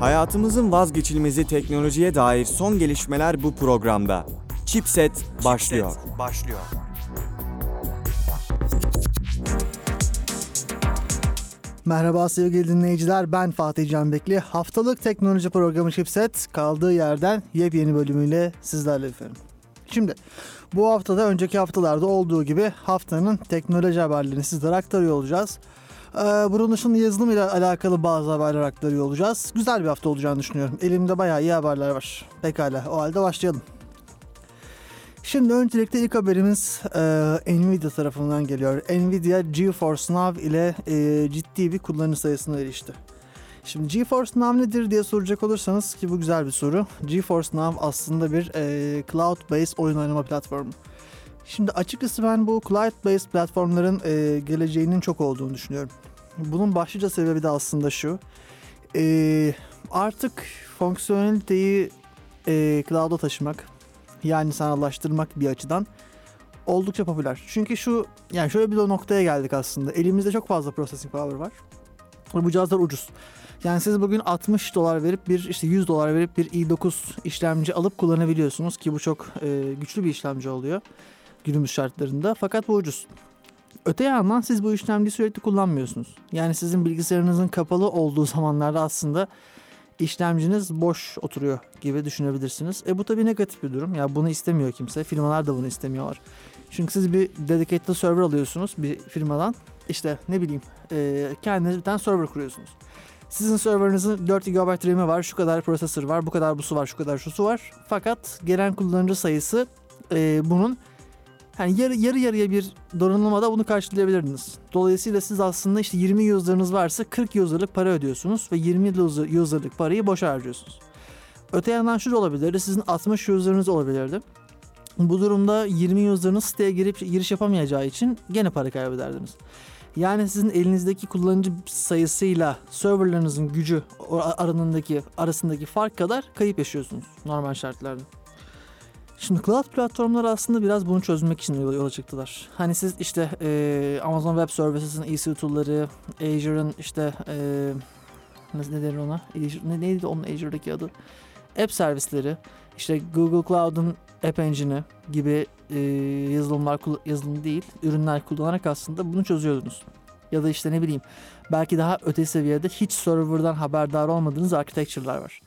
Hayatımızın vazgeçilmezi teknolojiye dair son gelişmeler bu programda. Chipset başlıyor. Merhaba sevgili dinleyiciler, ben Fatih Canbekli. Haftalık teknoloji programı Chipset kaldığı yerden yepyeni bölümüyle sizlerle efendim. Şimdi bu haftada önceki haftalarda olduğu gibi haftanın teknoloji haberlerini sizlere aktarıyor olacağız. Bunun dışında yazılım ile alakalı bazı haberler aktarıyor olacağız. Güzel bir hafta olacağını düşünüyorum. Elimde bayağı iyi haberler var. Pekala, o halde başlayalım. Şimdi öncelikle ilk haberimiz Nvidia tarafından geliyor. Nvidia GeForce Now ile ciddi bir kullanıcı sayısına erişti. Şimdi GeForce Now nedir diye soracak olursanız, ki bu güzel bir soru. GeForce Now aslında bir cloud-based oyun oynama platformu. Şimdi açıkçası ben bu cloud-based platformların geleceğinin çok olduğunu düşünüyorum. Bunun başlıca sebebi de aslında şu. Artık fonksiyoneliteyi cloud'a taşımak, yani sanallaştırmak bir açıdan oldukça popüler. Çünkü şöyle bir noktaya geldik aslında. Elimizde çok fazla processing power var. Bu cihazlar ucuz. Yani siz bugün $60 verip $100 verip bir i9 işlemci alıp kullanabiliyorsunuz ki bu çok güçlü bir işlemci oluyor günümüz şartlarında. Fakat bu ucuz. Öte yandan siz bu işlemciyi sürekli kullanmıyorsunuz. Yani sizin bilgisayarınızın kapalı olduğu zamanlarda aslında işlemciniz boş oturuyor gibi düşünebilirsiniz. Bu tabii negatif bir durum. Ya bunu istemiyor kimse. Firmalar da bunu istemiyorlar. Çünkü siz bir dedicated server alıyorsunuz bir firmadan. Kendiniz bir tane server kuruyorsunuz. Sizin serverinizin 4 GB RAM'i var, şu kadar prosesör var, bu kadar busu var, şu kadar şusu var. Fakat gelen kullanıcı sayısı bunun yarı yarıya bir donanımda bunu karşılayabilirdiniz. Dolayısıyla siz aslında 20 user'ınız varsa 40 user'lık para ödüyorsunuz ve 20 user'lık parayı boşa harcıyorsunuz. Öte yandan şu da olabilirdi, sizin 60 user'ınız olabilirdi. Bu durumda 20 user'ınız siteye giriş yapamayacağı için gene para kaybederdiniz. Yani sizin elinizdeki kullanıcı sayısıyla serverlarınızın gücü arasındaki fark kadar kayıp yaşıyorsunuz normal şartlarda. Şimdi cloud platformları aslında biraz bunu çözmek için yola çıktılar. Hani siz Amazon Web Services'in EC tool'ları, Azure'ın ne denir ona? Neydi onun Azure'daki adı? App servisleri, Google Cloud'un App Engine'i gibi ürünler kullanarak aslında bunu çözüyordunuz. Ya da belki daha öte seviyede hiç server'dan haberdar olmadığınız architecture'lar var.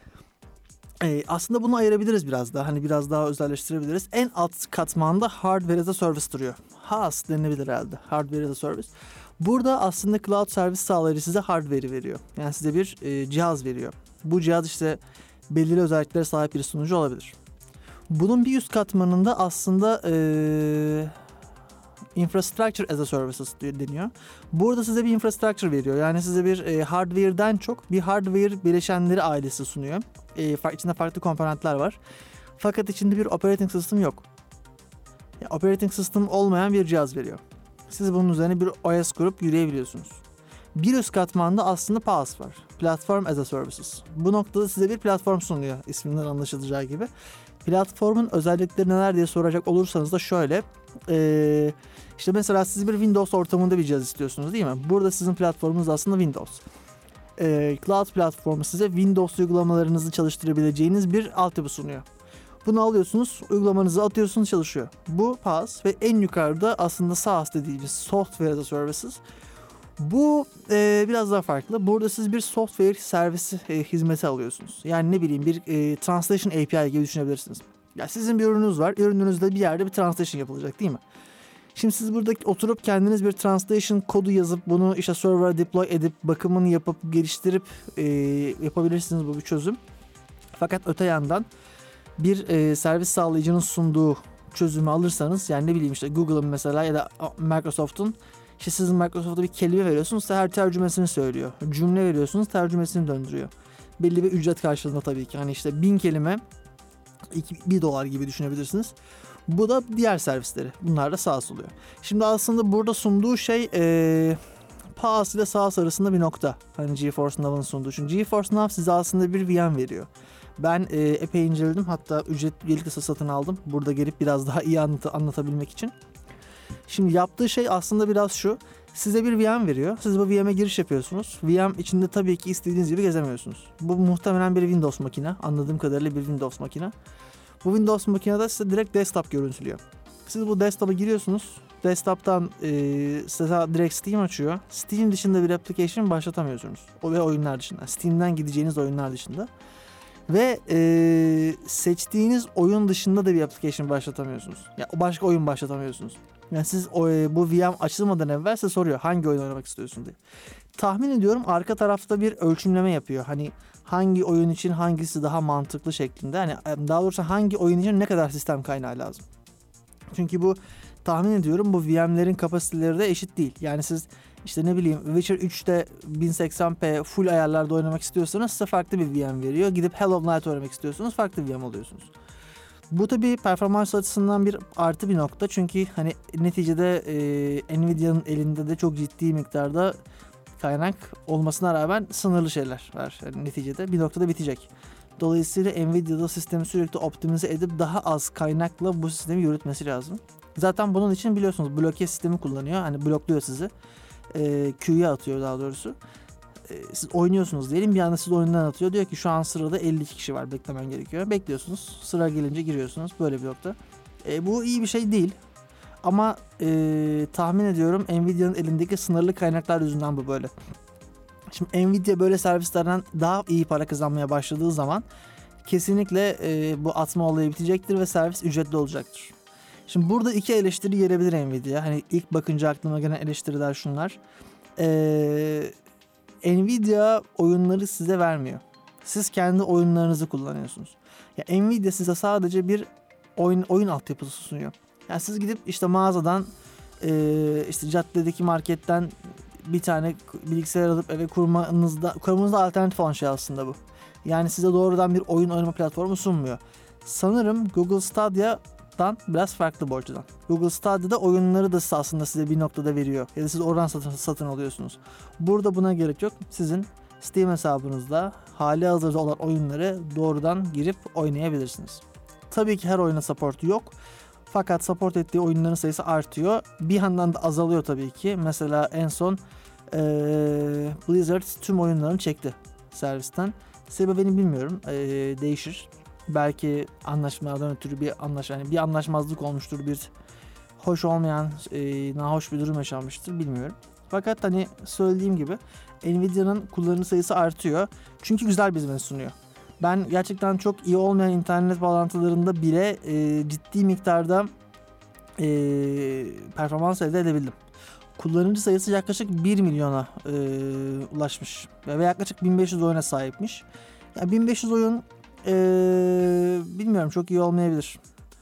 Aslında bunu ayırabiliriz biraz daha. Biraz daha özelleştirebiliriz. En alt katmanda Hardware as a Service duruyor. HaaS denilebilir herhalde. Hardware as a Service. Burada aslında cloud servis sağlayıcı size hardware'i veriyor. Yani size bir cihaz veriyor. Bu cihaz belirli özelliklere sahip bir sunucu olabilir. Bunun bir üst katmanında aslında Infrastructure as a Services deniyor. Burada size bir infrastructure veriyor. Yani size bir hardware'den çok bir hardware bileşenleri ailesi sunuyor. İçinde farklı komponentler var. Fakat içinde bir operating system yok. Operating system olmayan bir cihaz veriyor. Siz bunun üzerine bir OS kurup yürüyebiliyorsunuz. Bir üst katmanda aslında PaaS var. Platform as a Services. Bu noktada size bir platform sunuyor, isminden anlaşılacağı gibi. Platformun özellikleri neler diye soracak olursanız da şöyle. Mesela siz bir Windows ortamında bir cihaz istiyorsunuz, değil mi? Burada sizin platformunuz aslında Windows. Cloud platformu size Windows uygulamalarınızı çalıştırabileceğiniz bir altyapı sunuyor. Bunu alıyorsunuz, uygulamanızı atıyorsunuz, çalışıyor. Bu PaaS ve en yukarıda aslında SaaS dediğimiz Software as a Services. Bu biraz daha farklı. Burada siz bir software servisi hizmeti alıyorsunuz. Yani bir translation API gibi düşünebilirsiniz. Ya sizin bir ürününüz var. Ürününüzde bir yerde bir translation yapılacak, değil mi? Şimdi siz burada oturup kendiniz bir translation kodu yazıp bunu server'a deploy edip bakımını yapıp geliştirip yapabilirsiniz, bu bir çözüm. Fakat öte yandan bir servis sağlayıcının sunduğu çözümü alırsanız, Google'ın mesela ya da Microsoft'un sizin Microsoft'a bir kelime veriyorsunuz, her tercümesini söylüyor. Cümle veriyorsunuz, tercümesini döndürüyor. Belli bir ücret karşılığında tabii ki. 1000 kelime $1 gibi düşünebilirsiniz. Bu da diğer servisleri. Bunlar da SaaS oluyor. Şimdi aslında burada sunduğu PaaS ile SaaS arasında bir nokta. GeForce Now'ın sunduğu. Çünkü GeForce Now size aslında bir VM veriyor. Ben epey inceledim. Hatta ücretli satın aldım. Burada gelip biraz daha iyi anlatabilmek için. Şimdi yaptığı aslında biraz şu. Size bir VM veriyor. Siz bu VM'e giriş yapıyorsunuz. VM içinde tabii ki istediğiniz gibi gezemiyorsunuz. Bu muhtemelen bir Windows makine. Anladığım kadarıyla bir Windows makine. Bu Windows makinede size direkt desktop görüntülüyor. Siz bu desktop'a giriyorsunuz. Desktop'tan size direkt Steam açıyor. Steam dışında bir application başlatamıyorsunuz. O ve oyunlar dışında. Steam'den gideceğiniz oyunlar dışında. Ve seçtiğiniz oyun dışında da bir application başlatamıyorsunuz. Yani başka oyun başlatamıyorsunuz. Yani siz bu VM açılmadan evvel size soruyor hangi oyun oynamak istiyorsun diye. Tahmin ediyorum arka tarafta bir ölçümleme yapıyor. Hani hangi oyun için hangisi daha mantıklı şeklinde. Hani daha doğrusu hangi oyun için ne kadar sistem kaynağı lazım. Çünkü bu tahmin ediyorum bu VM'lerin kapasiteleri de eşit değil. Yani siz işte ne bileyim Witcher 3'te 1080p full ayarlarda oynamak istiyorsanız size farklı bir VM veriyor. Gidip Hollow Knight oynamak istiyorsunuz farklı bir VM alıyorsunuz. Bu tabii performans açısından bir artı bir nokta. Çünkü hani neticede Nvidia'nın elinde de çok ciddi miktarda kaynak olmasına rağmen sınırlı şeyler var. Yani neticede bir noktada bitecek. Dolayısıyla Nvidia'da sistemi sürekli optimize edip daha az kaynakla bu sistemi yürütmesi lazım. Zaten bunun için biliyorsunuz bloke sistemi kullanıyor. Hani blokluyor sizi. Q'ya atıyor daha doğrusu. Siz oynuyorsunuz diyelim bir anda siz oyundan atıyor. Diyor ki şu an sırada 52 kişi var beklemen gerekiyor. Bekliyorsunuz. Sıra gelince giriyorsunuz böyle bir nokta. Bu iyi bir şey değil. Ama tahmin ediyorum Nvidia'nın elindeki sınırlı kaynaklar yüzünden bu böyle. Şimdi Nvidia böyle servislerden daha iyi para kazanmaya başladığı zaman kesinlikle bu atma olayı bitecektir ve servis ücretli olacaktır. Şimdi burada iki eleştiri gelebilir Nvidia. Hani ilk bakınca aklıma gelen eleştiriler şunlar. Nvidia oyunları size vermiyor. Siz kendi oyunlarınızı kullanıyorsunuz. Ya Nvidia size sadece bir oyun altyapısı sunuyor. Yani siz gidip işte mağazadan işte caddedeki marketten bir tane bilgisayar alıp eve kurmanızda alternatif olan şey aslında bu. Yani size doğrudan bir oyun oynama platformu sunmuyor. Sanırım Google Stadia'dan biraz farklı bu açıdan. Google Stadia'da oyunları da aslında size bir noktada veriyor. Ya da siz oradan satın alıyorsunuz. Burada buna gerek yok. Sizin Steam hesabınızda hali hazırda olan oyunları doğrudan girip oynayabilirsiniz. Tabii ki her oyuna support yok. Fakat support ettiği oyunların sayısı artıyor. Bir yandan da azalıyor tabii ki. Mesela en son Blizzard tüm oyunlarını çekti servisten. Sebebini bilmiyorum. Değişir. Belki anlaşmadan ötürü bir anlaşmazlık olmuştur. Bir hoş olmayan, nahoş bir durum yaşanmıştır. Bilmiyorum. Fakat hani söylediğim gibi Nvidia'nın kullanıcı sayısı artıyor. Çünkü güzel bir hizmet sunuyor. Ben gerçekten çok iyi olmayan internet bağlantılarında bile ciddi miktarda performans elde edebildim. Kullanıcı sayısı yaklaşık 1 milyona ulaşmış ve yaklaşık 1500 oyuna sahipmiş. Yani 1500 oyun bilmiyorum çok iyi olmayabilir.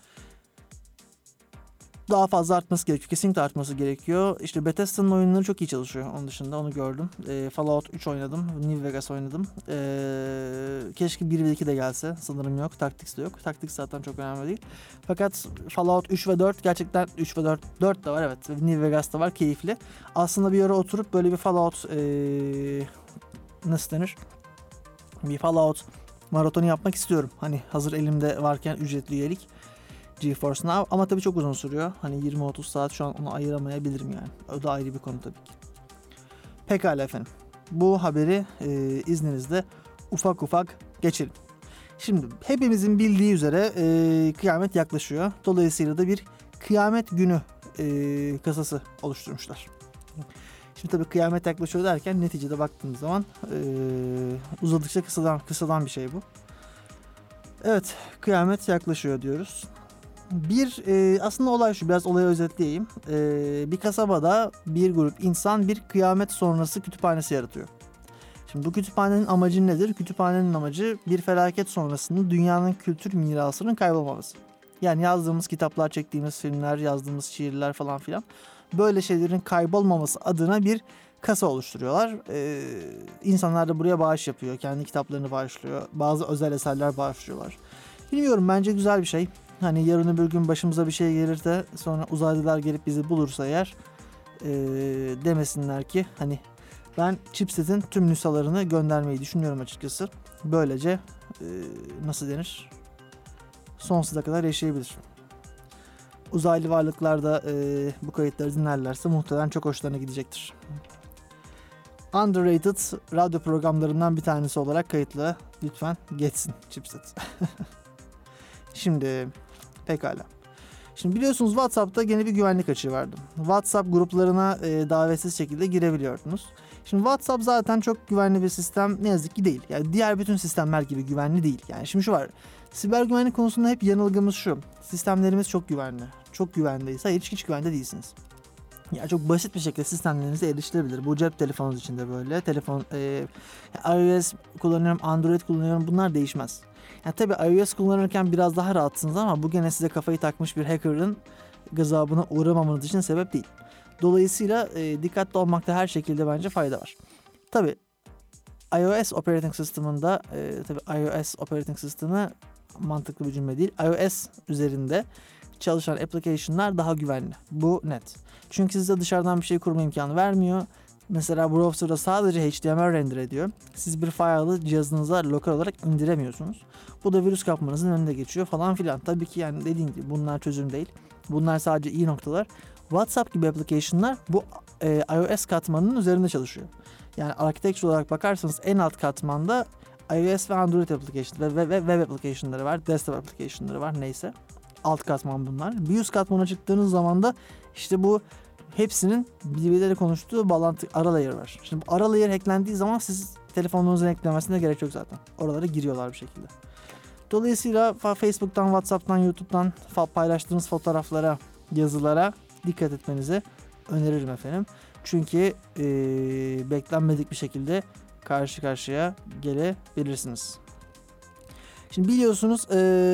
Daha fazla artması gerekiyor. Kesinlikle artması gerekiyor. İşte Bethesda'nın oyunları çok iyi çalışıyor. Onun dışında onu gördüm. Fallout 3 oynadım. New Vegas oynadım. Keşke 1 ve 2 de gelse. Sanırım yok. Tactics de yok. Tactics zaten çok önemli değil. Fakat Fallout 3 ve 4 gerçekten 3 ve 4 de var evet. New Vegas da var. Keyifli. Aslında bir ara oturup böyle bir Fallout nasıl denir? Bir Fallout maratonu yapmak istiyorum. Hani hazır elimde varken ücretli üyelik. GeForce Now ama tabii çok uzun sürüyor. Hani 20-30 saat şu an onu ayıramayabilirim yani. O da ayrı bir konu tabii ki. Pekala efendim. Bu haberi izninizle ufak ufak geçelim. Şimdi hepimizin bildiği üzere kıyamet yaklaşıyor. Dolayısıyla da bir kıyamet günü kasası oluşturmuşlar. Şimdi tabii kıyamet yaklaşıyor derken neticede baktığımız zaman uzadıkça kısadan bir şey bu. Evet, kıyamet yaklaşıyor diyoruz. Aslında olay şu, biraz olayı özetleyeyim. Bir kasabada bir grup insan bir kıyamet sonrası kütüphanesi yaratıyor. Şimdi bu kütüphanenin amacı nedir? Kütüphanenin amacı bir felaket sonrasında dünyanın kültür mirasının kaybolmaması. Yani yazdığımız kitaplar, çektiğimiz filmler, yazdığımız şiirler falan filan böyle şeylerin kaybolmaması adına bir kasa oluşturuyorlar. İnsanlar da buraya bağış yapıyor. Kendi kitaplarını bağışlıyor. Bazı özel eserler bağışlıyorlar. Bilmiyorum, bence güzel bir şey. Hani yarın öbür gün başımıza bir şey gelir de sonra uzaylılar gelip bizi bulursa eğer demesinler ki hani ben chipsetin tüm nüshalarını göndermeyi düşünüyorum açıkçası. Böylece nasıl denir? Sonsuza kadar yaşayabilir. uzaylı varlıklar da bu kayıtları dinlerlerse muhtemelen çok hoşlarına gidecektir. Underrated radyo programlarından bir tanesi olarak kayıtlı. Lütfen geçsin chipset. Şimdi pekala. Şimdi biliyorsunuz WhatsApp'ta gene bir güvenlik açığı vardı. WhatsApp gruplarına davetsiz şekilde girebiliyordunuz. Şimdi WhatsApp zaten çok güvenli bir sistem ne yazık ki değil. Yani diğer bütün sistemler gibi güvenli değil. Yani şimdi şu var. Siber güvenlik konusunda hep yanılgımız şu. Sistemlerimiz çok güvenli. Çok güvendeyiz. Hayır, hiç güvende değilsiniz. Yani çok basit bir şekilde sistemlerinize erişilebilir. Bu cep telefonunuz için de böyle. iOS kullanıyorum, Android kullanıyorum. Bunlar değişmez. Yani tabii iOS kullanırken biraz daha rahatsınız ama bu gene size kafayı takmış bir hacker'ın gazabına uğramamanız için sebep değil. Dolayısıyla dikkatli olmakta her şekilde bence fayda var. Tabii iOS operating system'ında iOS operating system'ı mantıklı bir cümle değil. iOS üzerinde çalışan application'lar daha güvenli. Bu net. Çünkü size dışarıdan bir şey kurma imkanı vermiyor. Mesela browser'da sadece HTML render ediyor. Siz bir file'ı cihazınıza lokal olarak indiremiyorsunuz. Bu da virüs kapmanızın önünde geçiyor falan filan. Tabii ki yani dediğim gibi bunlar çözüm değil. Bunlar sadece iyi noktalar. WhatsApp gibi application'lar bu iOS katmanının üzerinde çalışıyor. Yani architecture olarak bakarsanız en alt katmanda iOS ve Android application ve web application'ları var, desktop application'ları var neyse. Alt katman bunlar. Bir üst katmana çıktığınız zaman da işte bu hepsinin birbirleriyle konuştuğu bağlantı ara layer var. Şimdi bu ara layer hacklendiği zaman siz telefonunuzun hacklenmesine gerek yok zaten. Oralara giriyorlar bir şekilde. Dolayısıyla Facebook'tan, WhatsApp'tan, YouTube'dan paylaştığınız fotoğraflara, yazılara dikkat etmenizi öneririm efendim. Çünkü beklenmedik bir şekilde karşı karşıya gelebilirsiniz. Şimdi biliyorsunuz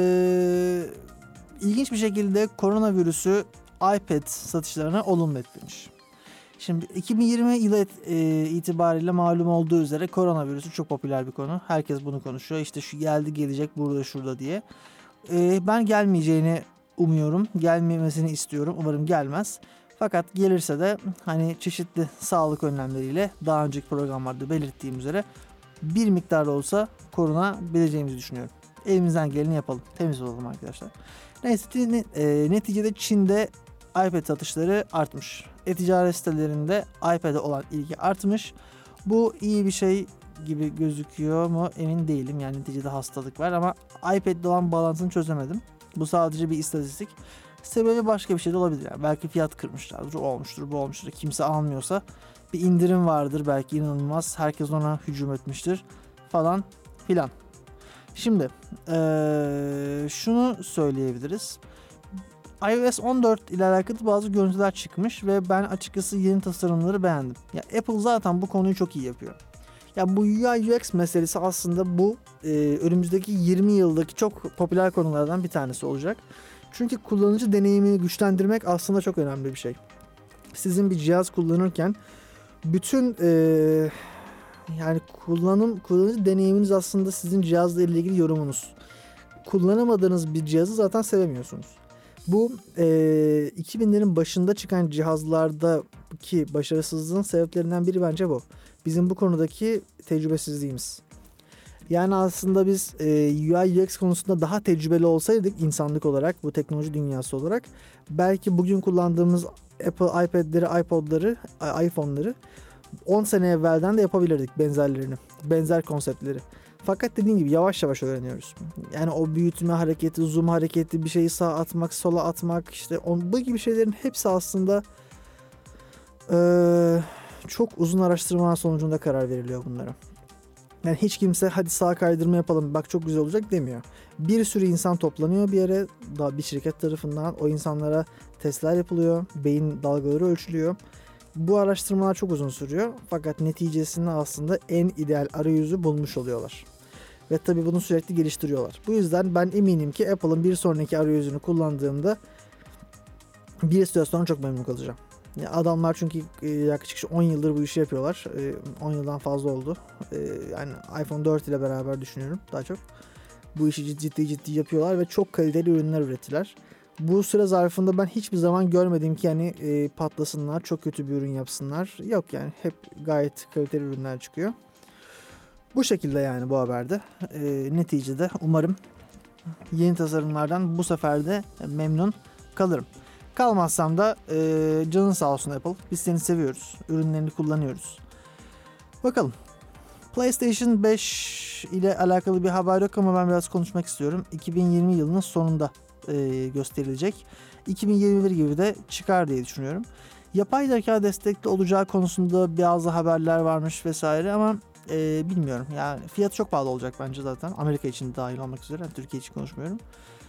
ilginç bir şekilde koronavirüsü iPad satışlarına olumlu etkilemiş. Şimdi 2020 yılı itibariyle malum olduğu üzere koronavirüsü çok popüler bir konu. Herkes bunu konuşuyor. İşte şu geldi, gelecek, burada, şurada diye. Ben gelmeyeceğini umuyorum. Gelmemesini istiyorum. Umarım gelmez. Fakat gelirse de hani çeşitli sağlık önlemleriyle daha önceki programlarda belirttiğim üzere bir miktar da olsa korunabileceğimizi düşünüyorum. Elimizden geleni yapalım. Temiz olalım arkadaşlar. Neyse neticede Çin'de iPad satışları artmış. E-ticaret sitelerinde iPad'e olan ilgi artmış. Bu iyi bir şey gibi gözüküyor mu emin değilim. Yani neticede hastalık var ama iPad'le olan bağlantısını çözemedim. Bu sadece bir istatistik. Sebebi başka bir şey de olabilir. Yani belki fiyat kırmışlardır, o olmuştur, bu olmuştur. Kimse almıyorsa bir indirim vardır belki inanılmaz. Herkes ona hücum etmiştir falan filan. Şimdi şunu söyleyebiliriz. iOS 14 ile alakalı bazı görüntüler çıkmış ve ben açıkçası yeni tasarımları beğendim. Ya Apple zaten bu konuyu çok iyi yapıyor. Ya bu UI UX meselesi aslında bu önümüzdeki 20 yıldaki çok popüler konulardan bir tanesi olacak. Çünkü kullanıcı deneyimini güçlendirmek aslında çok önemli bir şey. Sizin bir cihaz kullanırken bütün yani kullanıcı deneyiminiz aslında sizin cihazla ilgili yorumunuz. Kullanamadığınız bir cihazı zaten sevemiyorsunuz. Bu 2000'lerin başında çıkan cihazlardaki başarısızlığın sebeplerinden biri bence bu. Bizim bu konudaki tecrübesizliğimiz. Yani aslında biz UI UX konusunda daha tecrübeli olsaydık insanlık olarak, bu teknoloji dünyası olarak belki bugün kullandığımız Apple iPad'leri, iPod'ları, iPhone'ları 10 sene evvelden de yapabilirdik benzerlerini, benzer konseptleri. Fakat dediğim gibi yavaş yavaş öğreniyoruz. Yani o büyütme hareketi, zoom hareketi, bir şeyi sağa atmak, sola atmak, işte bu gibi şeylerin hepsi aslında çok uzun araştırmalar sonucunda karar veriliyor bunlara. Yani hiç kimse hadi sağ kaydırma yapalım bak çok güzel olacak demiyor. Bir sürü insan toplanıyor bir yere, bir şirket tarafından, o insanlara testler yapılıyor, beyin dalgaları ölçülüyor. Bu araştırmalar çok uzun sürüyor fakat neticesinde aslında en ideal arayüzü bulmuş oluyorlar. Ve tabii bunu sürekli geliştiriyorlar. Bu yüzden ben eminim ki Apple'ın bir sonraki arayüzünü kullandığımda bir süre sonra çok memnun kalacağım. Ya adamlar çünkü yaklaşık 10 yıldır bu işi yapıyorlar. 10 yıldan fazla oldu. Yani iPhone 4 ile beraber düşünüyorum daha çok. Bu işi ciddi yapıyorlar ve çok kaliteli ürünler ürettiler. Bu süre zarfında ben hiçbir zaman görmedim ki yani patlasınlar, çok kötü bir ürün yapsınlar. Yok yani hep gayet kaliteli ürünler çıkıyor. Bu şekilde yani bu haberde. Neticede umarım yeni tasarımlardan bu sefer de memnun kalırım. Kalmazsam da canın sağ olsun Apple. Biz seni seviyoruz. Ürünlerini kullanıyoruz. Bakalım. PlayStation 5 ile alakalı bir haber yok ama ben biraz konuşmak istiyorum. 2020 yılının sonunda gösterilecek. 2021 gibi de çıkar diye düşünüyorum. Yapay zeka destekli olacağı konusunda bazı haberler varmış vesaire ama bilmiyorum. Yani fiyatı çok pahalı olacak bence zaten. Amerika için dahil olmak üzere. Yani Türkiye için konuşmuyorum.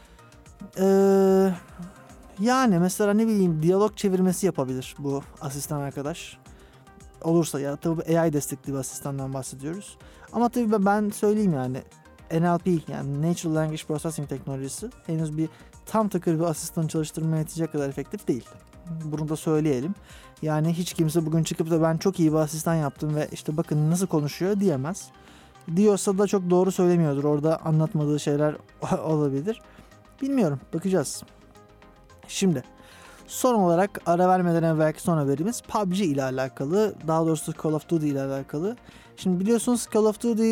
Yani mesela ne bileyim diyalog çevirmesi yapabilir bu asistan arkadaş. Olursa ya tabii AI destekli bir asistandan bahsediyoruz. Ama tabii ben söyleyeyim yani NLP yani Natural Language Processing teknolojisi henüz bir tam takır bir asistan çalıştırmaya yetecek kadar efektif değil. Bunu da söyleyelim. Yani hiç kimse bugün çıkıp da ben çok iyi bir asistan yaptım ve işte bakın nasıl konuşuyor diyemez. Diyorsa da çok doğru söylemiyordur. Orada anlatmadığı şeyler olabilir. Bilmiyorum. Bakacağız. Şimdi son olarak ara vermeden evvelki son haberimiz PUBG ile alakalı. Daha doğrusu Call of Duty ile alakalı. Şimdi biliyorsunuz Call of Duty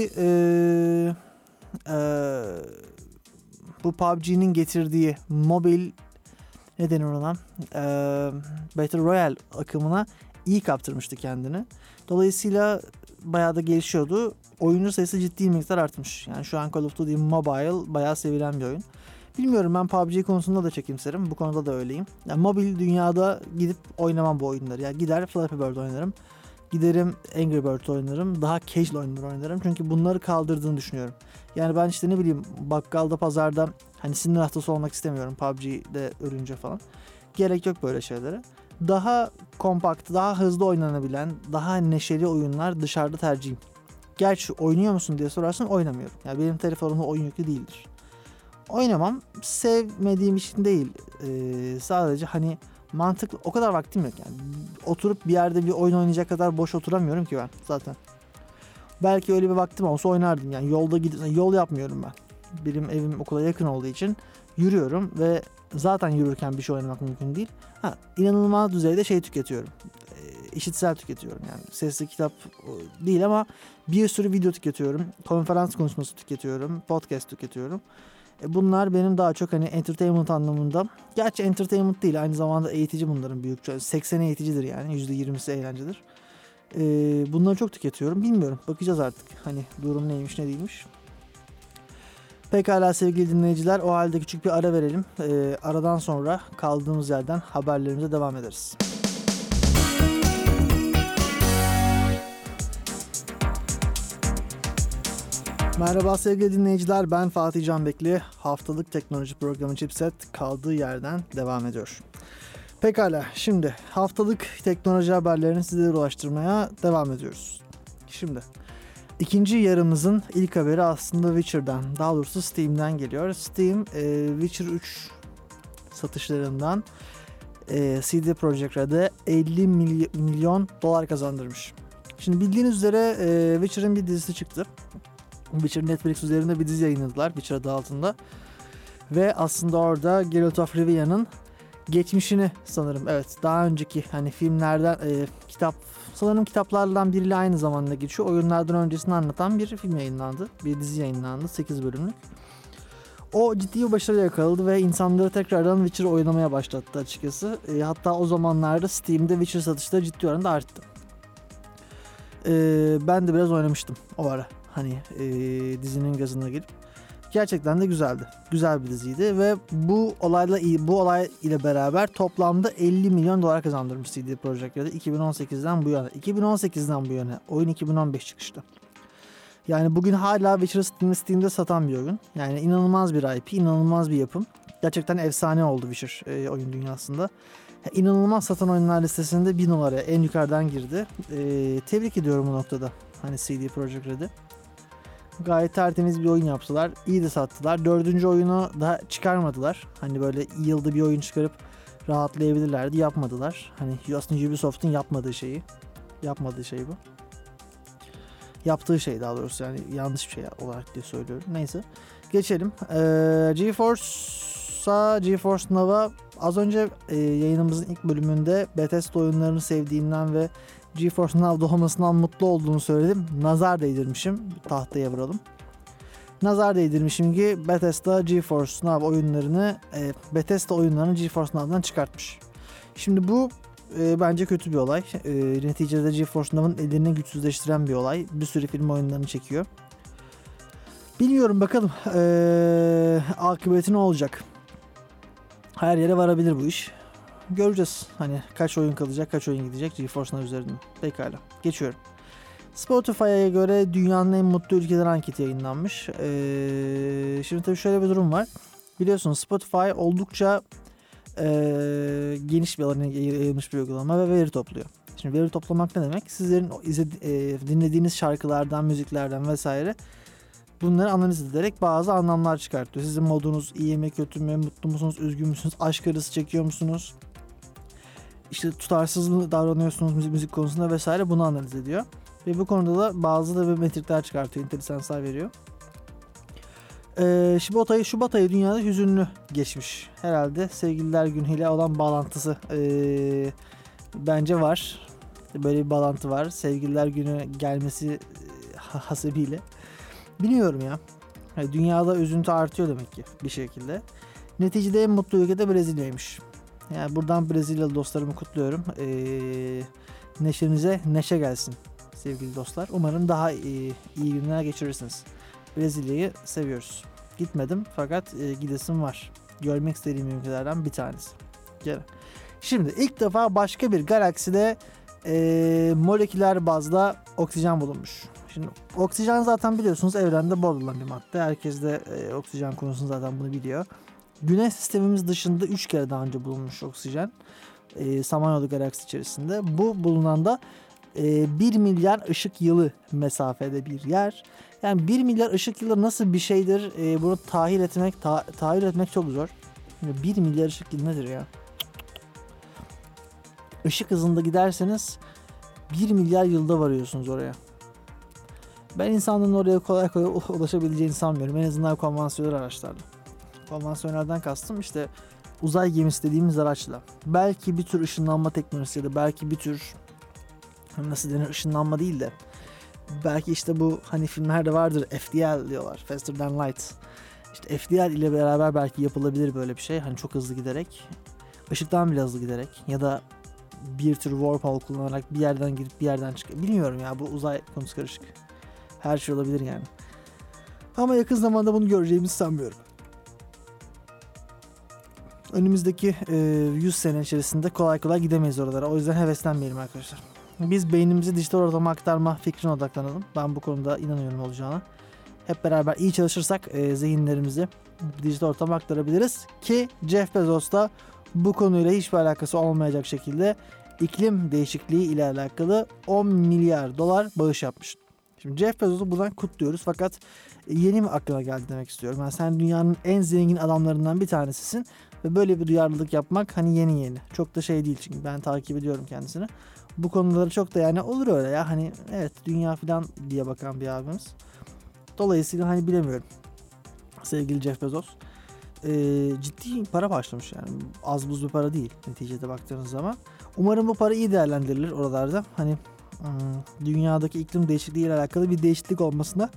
bu PUBG'nin getirdiği mobil ne denir ona? Battle Royale akımına iyi kaptırmıştı kendini. Dolayısıyla bayağı da gelişiyordu. Oyuncu sayısı ciddi miktar artmış. Yani şu an Call of Duty Mobile bayağı sevilen bir oyun. Bilmiyorum ben PUBG konusunda da çekimserim. Bu konuda da öyleyim. Yani mobil dünyada gidip oynamam bu oyunları. Yani gider Flappy Bird oynarım. Giderim Angry Bird oynarım. Daha casual oyunlar oynarım. Çünkü bunları kaldırdığını düşünüyorum. Yani ben işte ne bileyim bakkalda pazarda hani sinir hastası olmak istemiyorum PUBG'de ölünce falan. Gerek yok böyle şeylere. Daha kompakt, daha hızlı oynanabilen, daha neşeli oyunlar dışarıda tercihim. Gerçi oynuyor musun diye sorarsan oynamıyorum. Yani benim telefonumda oyun yüklü değildir. Oynamam. Sevmediğim için değil. Sadece hani mantıklı. O kadar vaktim yok yani. Oturup bir yerde bir oyun oynayacak kadar boş oturamıyorum ki ben zaten. Belki öyle bir vaktim olsa oynardım. Yani yol yapmıyorum ben. Benim evim okula yakın olduğu için yürüyorum ve zaten yürürken bir şey oynamak mümkün değil. İnanılmaz düzeyde şey tüketiyorum. İşitsel tüketiyorum yani. Sesli kitap değil ama bir sürü video tüketiyorum. Konferans konuşması tüketiyorum. Podcast tüketiyorum. Bunlar benim daha çok hani entertainment anlamında. Gerçi entertainment değil aynı zamanda eğitici bunların büyük. 80'i eğiticidir yani. %20'si eğlencedir. Bunları çok tüketiyorum. Bilmiyorum. Bakacağız artık. Hani durum neymiş ne değilmiş. Pekala sevgili dinleyiciler. O halde küçük bir ara verelim. Aradan sonra kaldığımız yerden haberlerimize devam ederiz. Merhaba sevgili dinleyiciler, ben Fatih Canbekli. Haftalık teknoloji programı Chipset kaldığı yerden devam ediyor. Pekala, şimdi haftalık teknoloji haberlerini sizlere ulaştırmaya devam ediyoruz. Şimdi ikinci yarımızın ilk haberi aslında Witcher'dan, daha doğrusu Steam'den geliyor. Steam, Witcher 3 satışlarından CD Projekt Red'e 50 milyon dolar kazandırmış. Şimdi bildiğiniz üzere Witcher'ın bir dizisi çıktı. Witcher Netflix üzerinde bir dizi yayınladılar Witcher adı altında. Ve aslında orada Geralt of Rivia'nın geçmişini sanırım daha önceki hani filmlerden sanırım kitaplardan biriyle aynı zamanda geçiyor. Oyunlardan öncesini anlatan bir film yayınlandı. Bir dizi yayınlandı 8 bölümlük. O ciddi bir başarı yakaladı ve insanları tekrardan Witcher oynamaya başlattı açıkçası. Hatta o zamanlarda Steam'de Witcher satışları ciddi oranda arttı. Ben de biraz oynamıştım o ara. Hani dizinin gazına girip. Gerçekten de güzeldi. Güzel bir diziydi ve bu olay ile beraber toplamda 50 milyon dolar kazandırmış CD Projekt Red'e 2018'den bu yana. 2018'den bu yana. Oyun 2015 çıkıştı. Yani bugün hala Witcher'ı Steam'de satan bir oyun. Yani inanılmaz bir IP, inanılmaz bir yapım. Gerçekten efsane oldu Witcher oyun dünyasında. İnanılmaz satan oyunlar listesinde bir numaraya en yukarıdan girdi. Tebrik ediyorum bu noktada. Hani CD Projekt Red'i. Gayet tertemiz bir oyun yaptılar. İyi de sattılar. 4. oyunu daha çıkarmadılar. Hani böyle yılda bir oyun çıkarıp rahatlayabilirlerdi. Yapmadılar. Hani aslında Ubisoft'un yapmadığı şey bu. Yaptığı şey daha doğrusu yani yanlış bir şey olarak diye söylüyorum. Neyse. Geçelim. GeForce Now'a az önce yayınımızın ilk bölümünde Bethesda oyunlarını sevdiğinden ve GeForce Now doğmasından mutlu olduğunu söyledim. Nazar değdirmişim. Tahtaya vuralım. Nazar değdirmişim ki Bethesda GeForce Now oyunlarını GeForce Now'dan çıkartmış. Şimdi bu bence kötü bir olay. Neticede GeForce Now'ın ellerini güçsüzleştiren bir olay. Bir sürü film oyunlarını çekiyor. Bilmiyorum, bakalım akıbeti ne olacak. Her yere varabilir bu iş. Göreceğiz. Hani kaç oyun kalacak, kaç oyun gidecek GeForce Now üzerinden. Pekala. Geçiyorum. Spotify'a göre dünyanın en mutlu ülkeleri anketi yayınlanmış. Şimdi tabii şöyle bir durum var. Biliyorsunuz Spotify oldukça geniş bir alana yayılmış bir uygulama ve veri topluyor. Şimdi veri toplamak ne demek? Sizlerin dinlediğiniz şarkılardan, müziklerden vesaire bunları analiz ederek bazı anlamlar çıkartıyor. Sizin modunuz iyi mi, kötü mü, mutlu musunuz, üzgün müsünüz, aşk arısı çekiyor musunuz? İşte tutarsız mı davranıyorsunuz müzik konusunda vesaire, bunu analiz ediyor. Ve bu konuda da bazı da metrikler çıkartıyor, intelijanslar veriyor. Şubat ayı dünyada hüzünlü geçmiş. Herhalde Sevgililer Günü'yle olan bağlantısı bence var. Böyle bir bağlantı var. Sevgililer Günü gelmesi hasebiyle. Bilmiyorum ya. Dünyada üzüntü artıyor demek ki bir şekilde. Neticede en mutlu ülke de Brezilya'ymış. Yani buradan Brezilyalı dostlarımı kutluyorum. Neşenize neşe gelsin sevgili dostlar. Umarım daha iyi günler geçirirsiniz. Brezilya'yı seviyoruz. Gitmedim fakat gidesim var. Görmek istediğim ülkelerden bir tanesi. Gel. Şimdi ilk defa başka bir galakside moleküler bazda oksijen bulunmuş. Şimdi oksijen zaten biliyorsunuz evrende bol olan bir madde. Herkes de oksijen konusunu zaten bunu biliyor. Güneş sistemimiz dışında 3 kere daha önce bulunmuş oksijen. Samanyolu galaksisi içerisinde. Bu bulunan da 1 milyar ışık yılı mesafede bir yer. Yani 1 milyar ışık yılı nasıl bir şeydir? Bunu tahayyül etmek çok zor. 1 milyar ışık yılı nedir ya? Işık hızında giderseniz 1 milyar yılda varıyorsunuz oraya. Ben insanların oraya kolay kolay ulaşabileceğini sanmıyorum. En azından konvansiyonel araçlarla. Konvansiyonelden kastım işte uzay gemisi dediğimiz araçla. Belki bir tür ışınlanma teknolojisi ya da belki bir tür nasıl denir, ışınlanma değil de belki işte bu hani filmlerde vardır, FDL diyorlar, Faster Than Light. İşte FDL ile beraber belki yapılabilir böyle bir şey. Hani çok hızlı giderek, ışıktan bile hızlı giderek ya da bir tür wormhole kullanarak bir yerden girip bir yerden çıkıyor. Bilmiyorum ya, bu uzay konusu karışık. Her şey olabilir yani. Ama yakın zamanda bunu göreceğimizi sanmıyorum. Önümüzdeki 100 sene içerisinde kolay kolay gidemeyiz oralara. O yüzden heveslenmeyelim arkadaşlar. Biz beynimizi dijital ortama aktarma fikrine odaklanalım. Ben bu konuda inanıyorum olacağına. Hep beraber iyi çalışırsak zihinlerimizi dijital ortama aktarabiliriz. Ki Jeff Bezos da bu konuyla hiçbir alakası olmayacak şekilde iklim değişikliği ile alakalı 10 milyar dolar bağış yapmış. Şimdi Jeff Bezos'u buradan kutluyoruz fakat yeni mi aklına geldi demek istiyorum. Yani sen dünyanın en zengin adamlarından bir tanesisin ve böyle bir duyarlılık yapmak hani yeni. Çok da şey değil çünkü ben takip ediyorum kendisini. Bu konuları çok da yani olur öyle ya, hani evet dünya falan diye bakan bir abimiz. Dolayısıyla hani bilemiyorum. Sevgili Jeff Bezos ciddi para başlamış yani, az buz bir para değil neticede baktığınız zaman. Umarım bu para iyi değerlendirilir oralarda. Hani dünyadaki iklim değişikliği ile alakalı bir değişiklik olmasına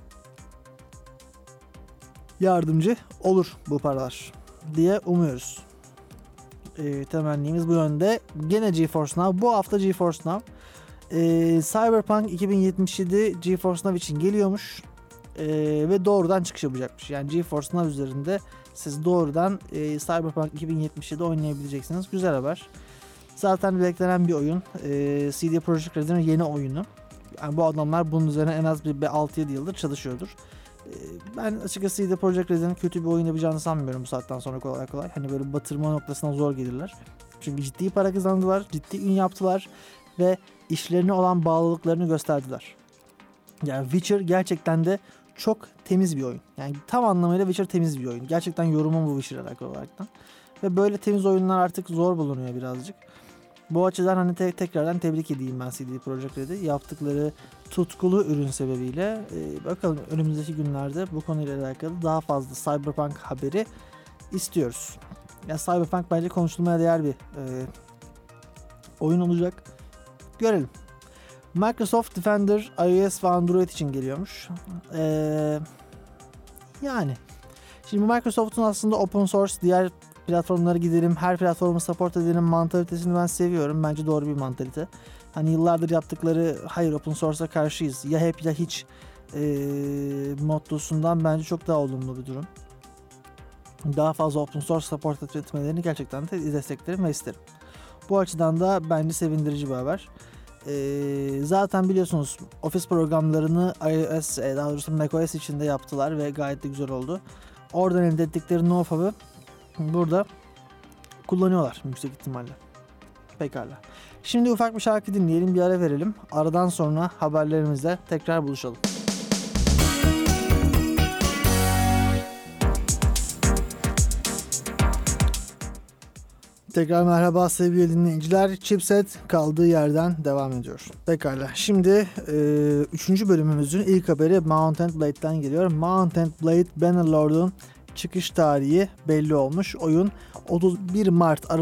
yardımcı olur bu paralar diye umuyoruz. Temennimiz bu yönde. Gene GeForce Now. Bu hafta GeForce Now. Cyberpunk 2077 GeForce Now için geliyormuş. Ve doğrudan çıkış yapacakmış. Yani GeForce Now üzerinde siz doğrudan Cyberpunk 2077 oynayabileceksiniz. Güzel haber. Zaten beklenen bir oyun. CD Projekt Red'in yeni oyunu. Yani bu adamlar bunun üzerine en az bir 6-7 yıldır çalışıyordur. Ben açıkçası CD Projekt Red'in kötü bir oyun yapacağını sanmıyorum bu saatten sonra kolay kolay. Hani böyle batırma noktasına zor gelirler. Çünkü ciddi para kazandılar, ciddi ün yaptılar ve işlerine olan bağlılıklarını gösterdiler. Yani Witcher gerçekten de çok temiz bir oyun. Yani tam anlamıyla Witcher temiz bir oyun. Gerçekten yorumum bu Witcher'la alakalı olaraktan. Ve böyle temiz oyunlar artık zor bulunuyor birazcık. Bu açıdan hani tekrardan tebrik edeyim ben CD Projekt Red'i. Yaptıkları tutkulu ürün sebebiyle. Bakalım önümüzdeki günlerde bu konuyla alakalı daha fazla Cyberpunk haberi istiyoruz. Yani Cyberpunk bence konuşulmaya değer bir oyun olacak. Görelim. Microsoft Defender iOS ve Android için geliyormuş. Yani şimdi Microsoft'un aslında open source diğer platformlara gidelim, her platformu support edelim mantalitesini ben seviyorum. Bence doğru bir mantalite. Hani yıllardır yaptıkları hayır open source'a karşıyız ya hep ya hiç mottosundan bence çok daha olumlu bir durum. Daha fazla open source support etmelerini gerçekten de desteklerim ve isterim. Bu açıdan da bence sevindirici bir haber. Zaten biliyorsunuz Office programlarını iOS, daha doğrusu macOS içinde yaptılar ve gayet de güzel oldu. Oradan elde ettikleri know-how'ı burada kullanıyorlar yüksek ihtimalle. Pekala. Şimdi ufak bir şarkı dinleyelim, bir ara verelim. Aradan sonra haberlerimizle tekrar buluşalım. Tekrar merhaba sevgili dinleyiciler. Chipset kaldığı yerden devam ediyor. Pekala. Şimdi 3. bölümümüzün ilk haberi Mount & Blade'den geliyor. Mount & Blade Bannerlord'un çıkış tarihi belli olmuş. Oyun 31 Mart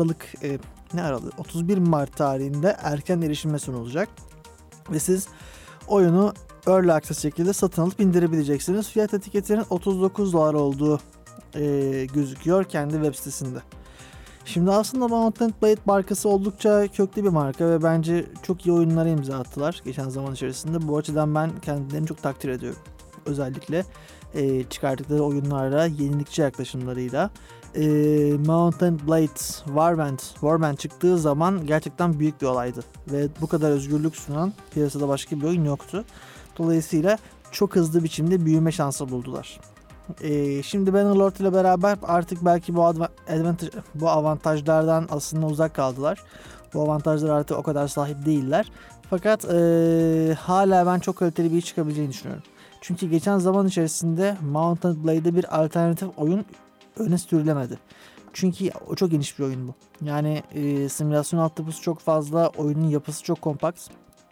31 Mart tarihinde erken erişime sunulacak. Ve siz oyunu Early Access şekilde satın alıp indirebileceksiniz. Fiyat etiketinin $39 olduğu gözüküyor kendi web sitesinde. Şimdi aslında Mount & Blade markası oldukça köklü bir marka ve bence çok iyi oyunlara imza attılar geçen zaman içerisinde. Bu açıdan ben kendilerini çok takdir ediyorum. Özellikle çıkardıkları oyunlarda yenilikçi yaklaşımlarıyla. Mount & Blade Warband çıktığı zaman gerçekten büyük bir olaydı. Ve bu kadar özgürlük sunan piyasada başka bir oyun yoktu. Dolayısıyla çok hızlı biçimde büyüme şansı buldular. Şimdi Bannerlord ile beraber artık belki bu avantajlardan aslında uzak kaldılar. Bu avantajlar artık o kadar sahip değiller. Fakat hala ben çok kaliteli bir iş çıkabileceğini düşünüyorum. Çünkü geçen zaman içerisinde Mount & Blade'de bir alternatif oyun öne sürülemedi. Çünkü o çok geniş bir oyun bu. Yani simülasyon altyapısı çok fazla, oyunun yapısı çok kompakt.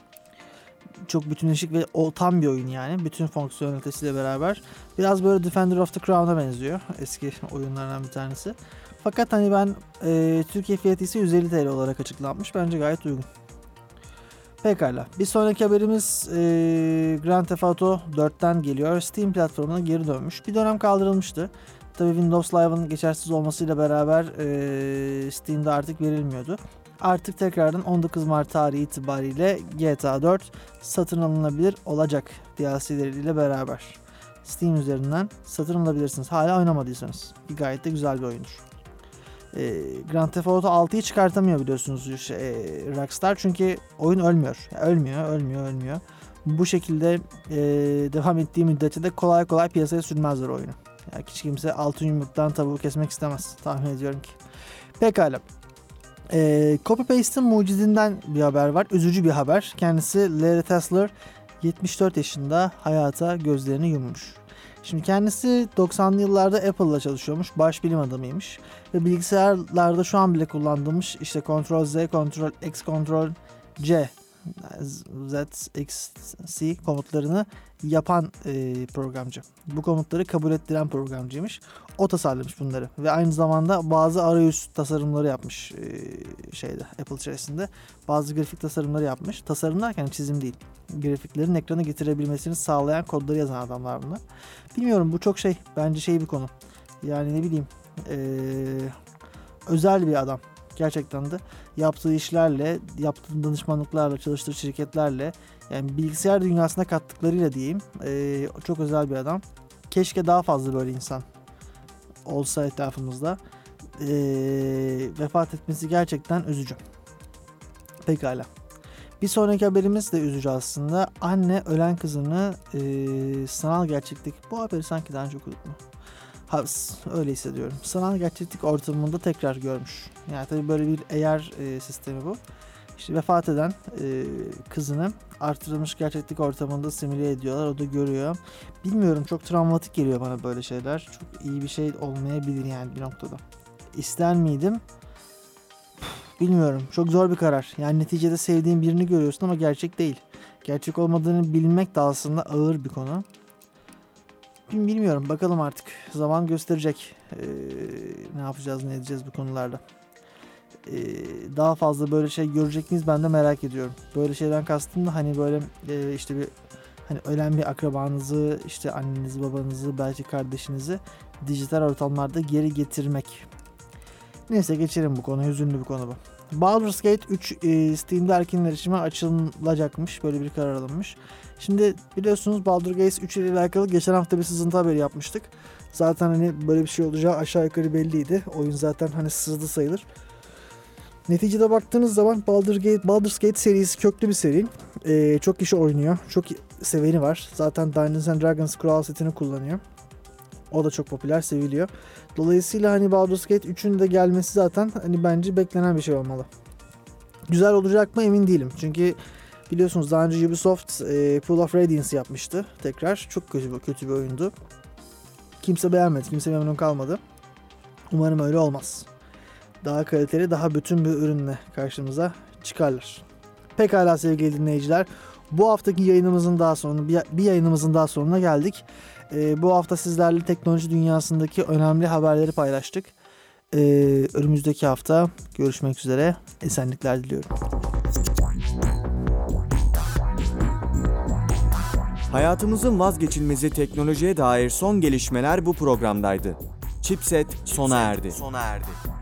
Çok bütünleşik ve o tam bir oyun yani. Bütün fonksiyonelitesiyle beraber. Biraz böyle Defender of the Crown'a benziyor. Eski oyunlardan bir tanesi. Fakat hani ben Türkiye fiyatı ise 150 TL olarak açıklanmış. Bence gayet uygun. Pekala. Bir sonraki haberimiz Grand Theft Auto 4'ten geliyor. Steam platformuna geri dönmüş. Bir dönem kaldırılmıştı. Tabii Windows Live'ın geçersiz olmasıyla beraber Steam'de artık verilmiyordu. Artık tekrardan 19 Mart tarihi itibariyle GTA 4 satın alınabilir olacak DLC'leriyle beraber. Steam üzerinden satın alabilirsiniz. Hala oynamadıysanız. Gayet de güzel bir oyundur. Grand Theft Auto 6'yı çıkartamıyor biliyorsunuz Rockstar. Çünkü oyun ölmüyor. Ölmüyor. Bu şekilde devam ettiği müddetçe de kolay kolay piyasaya sürmezler oyunu. Yani hiç kimse altın yumurtadan tavuğu kesmek istemez. Tahmin ediyorum ki. Pekala. Copy Paste'in mucidinden bir haber var. Üzücü bir haber. Kendisi Larry Tesler 74 yaşında hayata gözlerini yummuş. Şimdi kendisi 90'lı yıllarda Apple'la çalışıyormuş. Baş bilim adamıymış. Ve bilgisayarlarda şu an bile kullandığımız işte Ctrl-Z, Ctrl-X, Ctrl-C ZXC komutlarını yapan programcı. Bu komutları kabul ettiren programcıymış. O tasarlamış bunları ve aynı zamanda bazı arayüz tasarımları yapmış Apple içerisinde. Bazı grafik tasarımları yapmış. Tasarım derken çizim değil. Grafiklerin ekrana getirebilmesini sağlayan kodları yazan adamlar bunlar. Bilmiyorum, bu çok bence bir konu. Yani ne bileyim özel bir adam. Gerçekten de yaptığı işlerle, yaptığı danışmanlıklarla, çalıştığı şirketlerle, yani bilgisayar dünyasına kattıklarıyla diyeyim, çok özel bir adam. Keşke daha fazla böyle insan olsa etrafımızda. Vefat etmesi gerçekten üzücü. Pekala. Bir sonraki haberimiz de üzücü aslında. Anne ölen kızını sanal gerçeklik... Bu haberi sanki daha önce okuduk mu? Öyle hissediyorum. Sanal gerçeklik ortamında tekrar görmüş. Yani tabii böyle bir AR sistemi bu. İşte vefat eden kızını artırılmış gerçeklik ortamında simüle ediyorlar. O da görüyor. Bilmiyorum, çok travmatik geliyor bana böyle şeyler. Çok iyi bir şey olmayabilir yani bir noktada. İster miydim? Bilmiyorum. Çok zor bir karar. Yani neticede sevdiğin birini görüyorsun ama gerçek değil. Gerçek olmadığını bilmek de aslında ağır bir konu. Bilmiyorum. Bakalım artık. Zaman gösterecek. Ne yapacağız, ne edeceğiz bu konularda. Daha fazla böyle şey görecek miyiz, ben de merak ediyorum. Böyle şeyden kastım da hani böyle işte bir hani ölen bir akrabanızı, işte annenizi, babanızı, belki kardeşinizi dijital ortamlarda geri getirmek. Neyse geçelim bu konuyu. Hüzünlü bir konu bu. Baldur's Gate 3 Steam'de erken erişime açılacakmış. Böyle bir karar alınmış. Şimdi biliyorsunuz Baldur's Gate 3 ile alakalı geçen hafta bir sızıntı haberi yapmıştık. Zaten hani böyle bir şey olacağı aşağı yukarı belliydi. Oyun zaten hani sızdı sayılır. Neticede baktığınız zaman Baldur's Gate serisi köklü bir seri. Çok kişi oynuyor. Çok seveni var. Zaten Dungeons and Dragons kural setini kullanıyor. O da çok popüler, seviliyor. Dolayısıyla hani Baldur's Gate 3'ün de gelmesi zaten hani bence beklenen bir şey olmalı. Güzel olacak mı emin değilim. Çünkü biliyorsunuz daha önce Ubisoft Pool of Radiance yapmıştı. Tekrar çok kötü bir oyundu. Kimse beğenmedi, kimse memnun kalmadı. Umarım öyle olmaz. Daha kaliteli, daha bütün bir ürünle karşımıza çıkarlar. Pekala sevgili dinleyiciler. Bu haftaki yayınımızın daha sonuna, bir yayınımızın daha sonuna geldik. Bu hafta sizlerle teknoloji dünyasındaki önemli haberleri paylaştık. Önümüzdeki hafta görüşmek üzere. Esenlikler diliyorum. Hayatımızın vazgeçilmezi teknolojiye dair son gelişmeler bu programdaydı. Chipset sona erdi.